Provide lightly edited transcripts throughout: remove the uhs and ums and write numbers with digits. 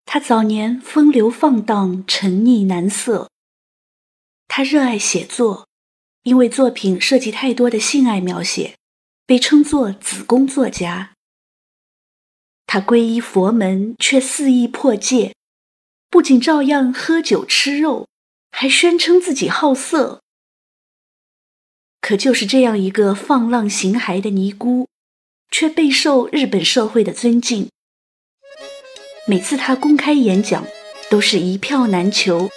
他早年风流放荡，沉溺男色。他热爱写作，因为作品涉及太多的性爱描写，被称作子宫作家。他皈依佛门，却肆意破戒，不仅照样喝酒吃肉，还宣称自己好色。可就是这样一个放浪形骸的尼姑，却备受日本社会的尊敬。每次他公开演讲，都是一票难求。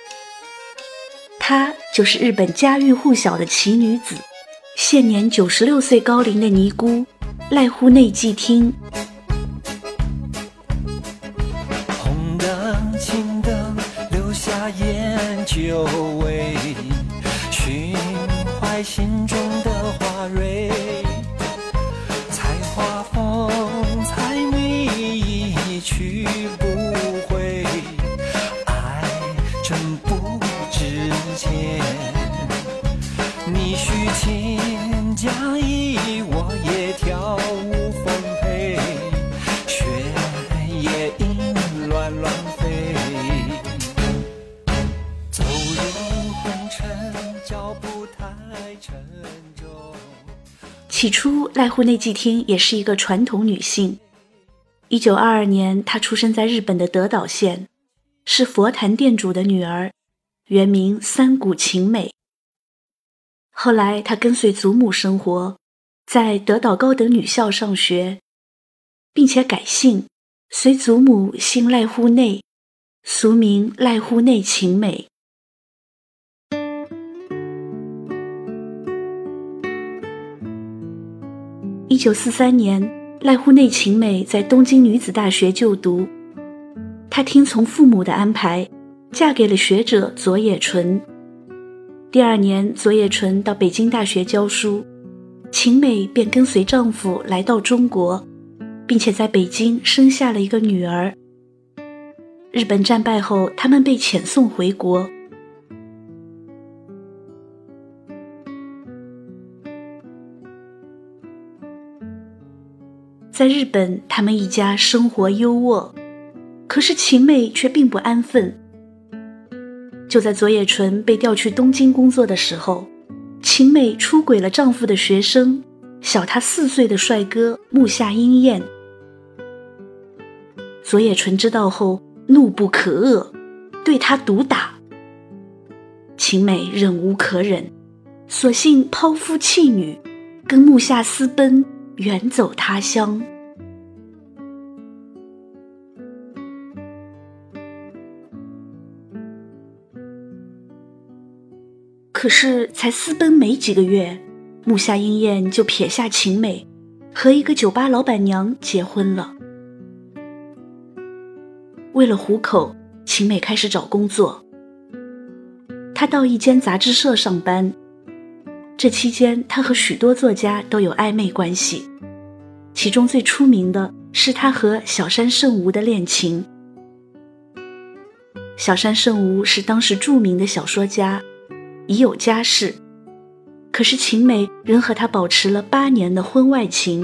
她就是日本家喻户晓的奇女子，现年96岁高龄的尼姑濑户内寂听。 红灯青灯留下烟酒味，寻怀心中的花蕊，采花风采美一去不回，爱真不值钱，你许千加一，我也跳舞奉陪，雪也因乱乱飞，走入红尘，脚步太沉重。 起初，濑户内寂听也是一个传统女性。1922年，她出生在日本的德岛县，是佛坛店主的女儿，原名三谷晴美。后来，她跟随祖母生活，在德岛高等女校上学，并且改姓，随祖母姓濑户内，俗名濑户内晴美。1943年，濑户内晴美在东京女子大学就读，她听从父母的安排，嫁给了学者佐野纯。第2年，佐野纯到北京大学教书，晴美便跟随丈夫来到中国，并且在北京生下了一个女儿。日本战败后，他们被遣送回国。在日本，他们一家生活优渥，可是晴美却并不安分。就在佐野纯被调去东京工作的时候，晴美出轨了丈夫的学生，小她4岁的帅哥木下英彦。佐野纯知道后怒不可遏，对他毒打。晴美忍无可忍，索性抛夫弃女，跟木下私奔，远走他乡。可是才私奔没几个月，木下英彦就撇下晴美，和一个酒吧老板娘结婚了。为了糊口，晴美开始找工作。她到一间杂志社上班，这期间她和许多作家都有暧昧关系，其中最出名的是她和小山胜吾的恋情。小山胜吾是当时著名的小说家，已有家室，可是晴美仍和他保持了8年的婚外情。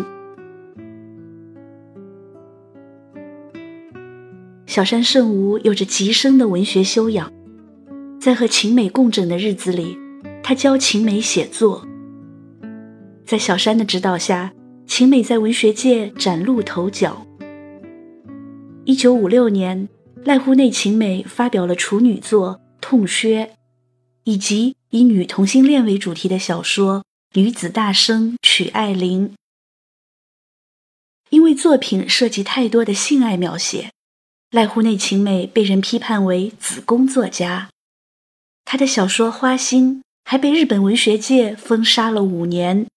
小山胜吾有着极深的文学修养，在和晴美共枕的日子里，他教晴美写作。在小山的指导下，晴美在文学界崭露头角。1956年，濑户内晴美发表了处女作《痛靴》，以及以女同性恋为主题的小说《女子大生曲爱玲》。因为作品涉及太多的性爱描写，濑户内晴美被人批判为子宫作家。她的小说《花心》还被日本文学界封杀了5年。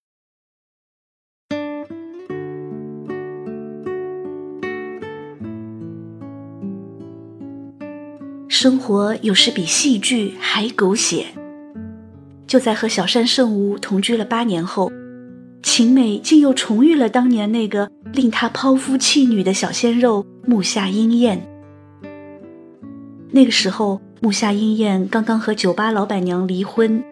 生活有时比戏剧还狗血。就在和小山胜吾同居了8年后，晴美竟又重遇了当年那个令她抛夫弃女的小鲜肉木下英彦。那个时候，木下英彦刚刚和酒吧老板娘离婚。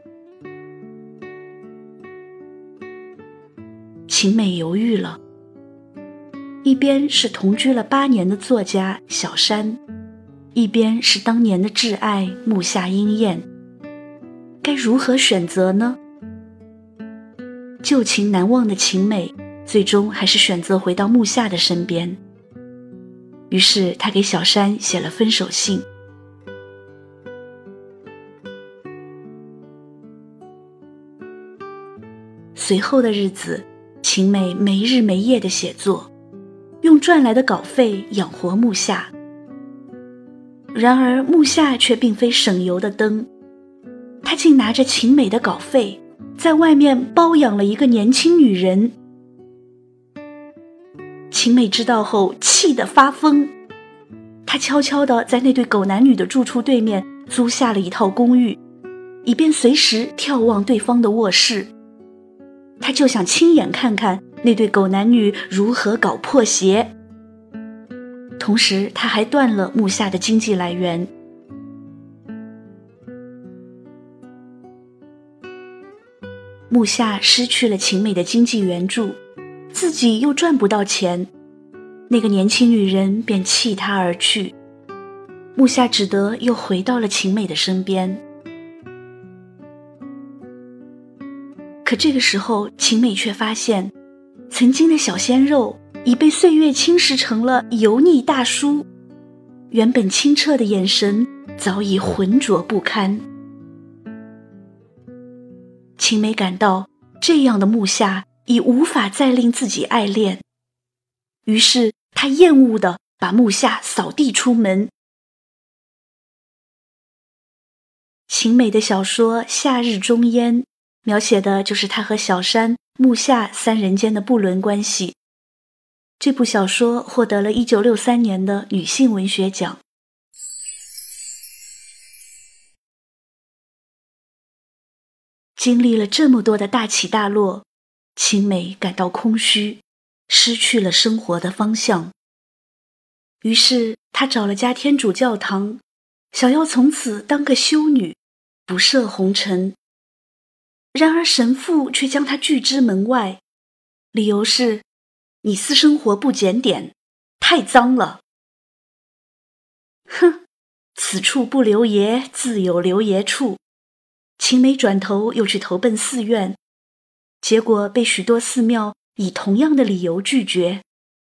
晴美犹豫了， 一边是同居了8年的作家小山，一边是当年的挚爱木下英彦，该如何选择呢？旧情难忘的晴美最终还是选择回到木下的身边，于是他给小山写了分手信。随后的日子，晴美没日没夜地写作，用赚来的稿费养活木下。然而木下却并非省油的灯，他竟拿着晴美的稿费在外面包养了一个年轻女人。晴美知道后气得发疯，她悄悄地在那对狗男女的住处对面租下了一套公寓，以便随时眺望对方的卧室。她就想亲眼看看那对狗男女如何搞破鞋。同时她还断了木下的经济来源。木下失去了晴美的经济援助，自己又赚不到钱，那个年轻女人便弃他而去。木下只得又回到了晴美的身边。可这个时候，晴美却发现，曾经的小鲜肉已被岁月侵蚀成了油腻大叔，原本清澈的眼神早已浑浊不堪。晴美感到这样的木下已无法再令自己爱恋，于是她厌恶地把木下扫地出门。晴美的小说《夏日中烟》描写的就是她和小山、木下3人间的不伦关系。这部小说获得了1963年的女性文学奖。经历了这么多的大起大落，晴美感到空虚，失去了生活的方向。于是她找了家天主教堂，想要从此当个修女，不涉红尘。然而神父却将她拒之门外，理由是你私生活不检点，太脏了。哼，此处不留爷，自有留爷处。晴美转头又去投奔寺院，结果被许多寺庙以同样的理由拒绝。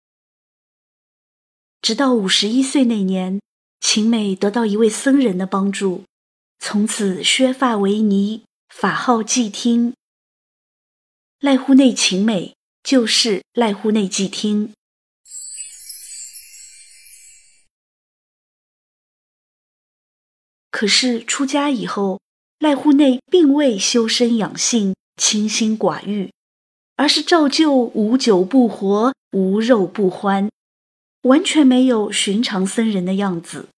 直到51岁那年，晴美得到一位僧人的帮助，从此削发为尼，法号寂听。濑户内晴美就是濑户内寂听。可是出家以后，濑户内并未修身养性、清心寡欲，而是照旧无酒不活，无肉不欢，完全没有寻常僧人的样子。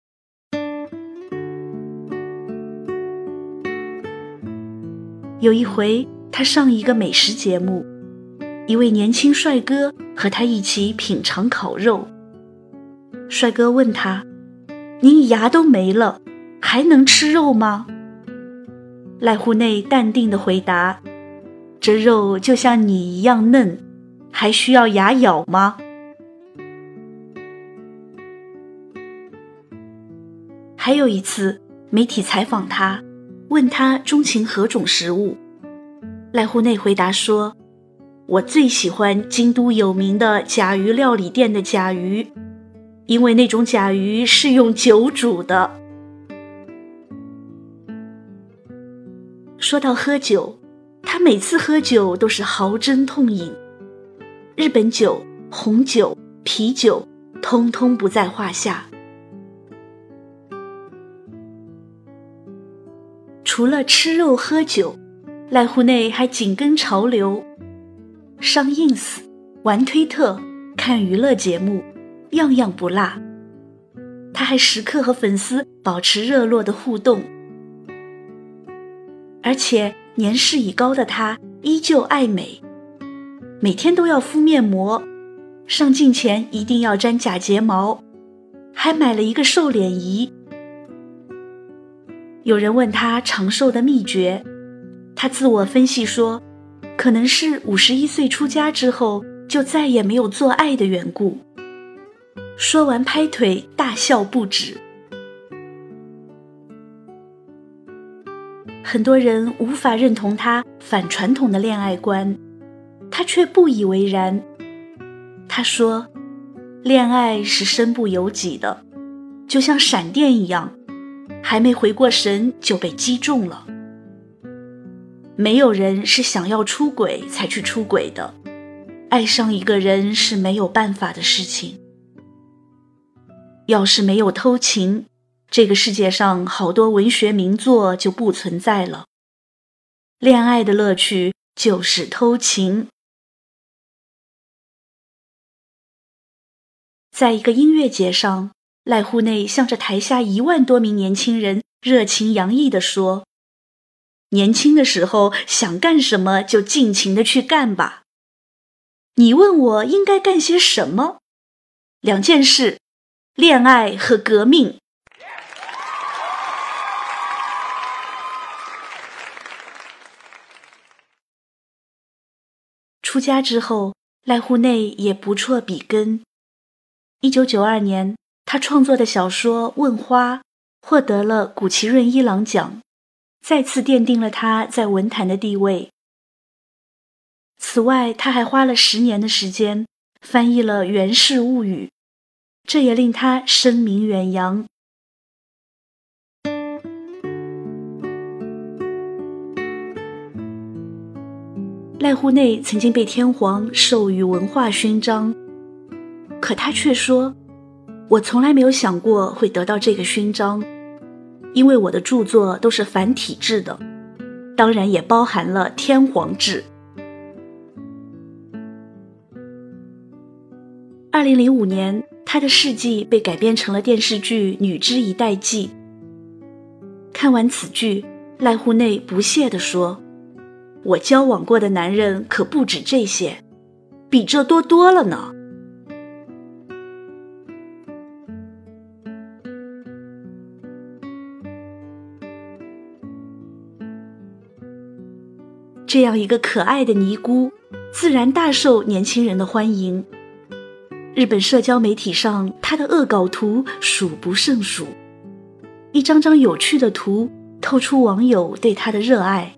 有一回，他上一个美食节目，一位年轻帅哥和他一起品尝烤肉。帅哥问他：“您牙都没了，还能吃肉吗？”濑户内淡定地回答：“这肉就像你一样嫩，还需要牙咬吗？”还有一次，媒体采访他，问他钟情何种食物。濑户内回答说：“我最喜欢京都有名的甲鱼料理店的甲鱼，因为那种甲鱼是用酒煮的。”说到喝酒，他每次喝酒都是豪斟痛饮，日本酒、红酒、啤酒通通不在话下。除了吃肉喝酒，濑户内还紧跟潮流，上 ins、玩推特、看娱乐节目，样样不落。他还时刻和粉丝保持热络的互动。而且年事已高的他依旧爱美，每天都要敷面膜，上镜前一定要粘假睫毛，还买了一个瘦脸仪。有人问他长寿的秘诀，他自我分析说，可能是51岁出家之后就再也没有做爱的缘故。说完拍腿大笑不止。很多人无法认同他反传统的恋爱观，他却不以为然。他说，恋爱是身不由己的，就像闪电一样，还没回过神就被击中了。没有人是想要出轨才去出轨的，爱上一个人是没有办法的事情。要是没有偷情，这个世界上好多文学名作就不存在了。恋爱的乐趣就是偷情。在一个音乐节上，濑户内向着台下1万多名年轻人热情洋溢地说，年轻的时候想干什么就尽情地去干吧。你问我应该干些什么？2件事，恋爱和革命。出家之后，濑户内也不辍笔耕。1992年，他创作的小说《问花》获得了谷崎润一郎奖，再次奠定了他在文坛的地位。此外，他还花了10年的时间翻译了《源氏物语》，这也令他声名远扬。濑户内曾经被天皇授予文化勋章，可他却说，我从来没有想过会得到这个勋章，因为我的著作都是繁体制的，当然也包含了天皇制。2005年，他的事迹被改编成了电视剧《女之一代记》。看完此剧，濑户内不屑地说，我交往过的男人可不止这些，比这多多了呢。这样一个可爱的尼姑，自然大受年轻人的欢迎。日本社交媒体上，她的恶搞图数不胜数，一张张有趣的图透出网友对她的热爱。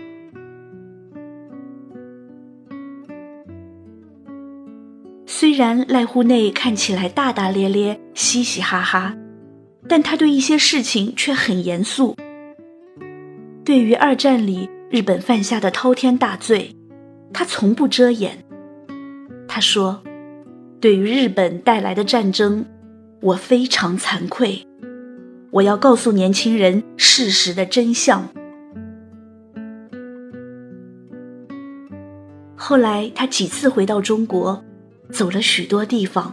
虽然濑户内看起来大大咧咧、嘻嘻哈哈，但他对一些事情却很严肃。对于2战里日本犯下的滔天大罪，他从不遮掩。他说，对于日本带来的战争，我非常惭愧，我要告诉年轻人事实的真相。后来他几次回到中国，走了许多地方。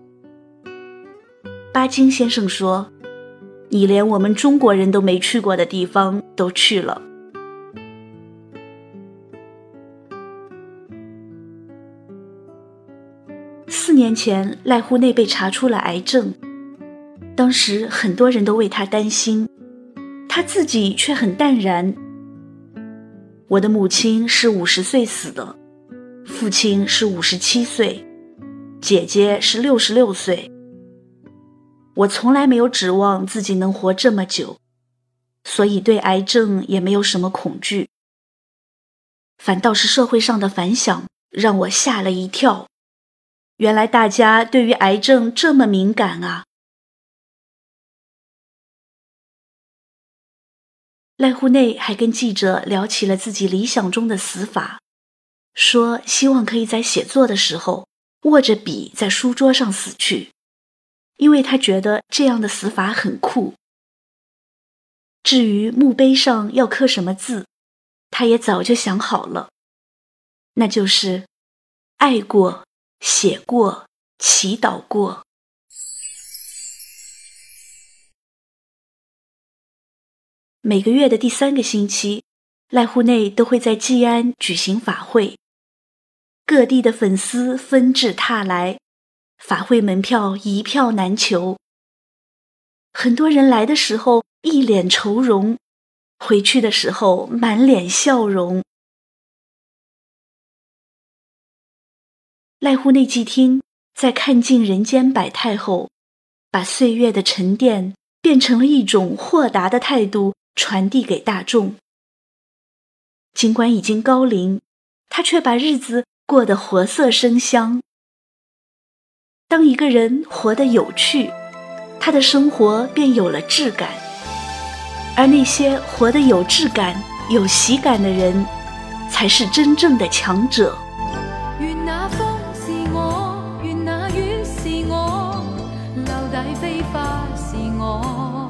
巴金先生说，你连我们中国人都没去过的地方都去了。4年前，濑户内被查出了癌症，当时很多人都为他担心，他自己却很淡然。我的母亲是50岁死的，父亲是57岁，姐姐是66岁。我从来没有指望自己能活这么久，所以对癌症也没有什么恐惧。反倒是社会上的反响让我吓了一跳，原来大家对于癌症这么敏感啊。濑户内还跟记者聊起了自己理想中的死法，说希望可以在写作的时候握着笔在书桌上死去，因为他觉得这样的死法很酷。至于墓碑上要刻什么字，他也早就想好了，那就是爱过、写过、祈祷过。每个月的第3个星期，濑户内都会在基安举行法会，各地的粉丝纷至沓来，法会门票一票难求。很多人来的时候一脸愁容，回去的时候满脸笑容。 濑户内寂听在看尽人间百态后，把岁月的沉淀变成了一种豁达的态度传递给大众。尽管已经高龄，他却把日子过得活色生香。当一个人活得有趣，他的生活便有了质感，而那些活得有质感、有喜感的人，才是真正的强者。 愿那风是我，愿那雨是我，留底飛花是我。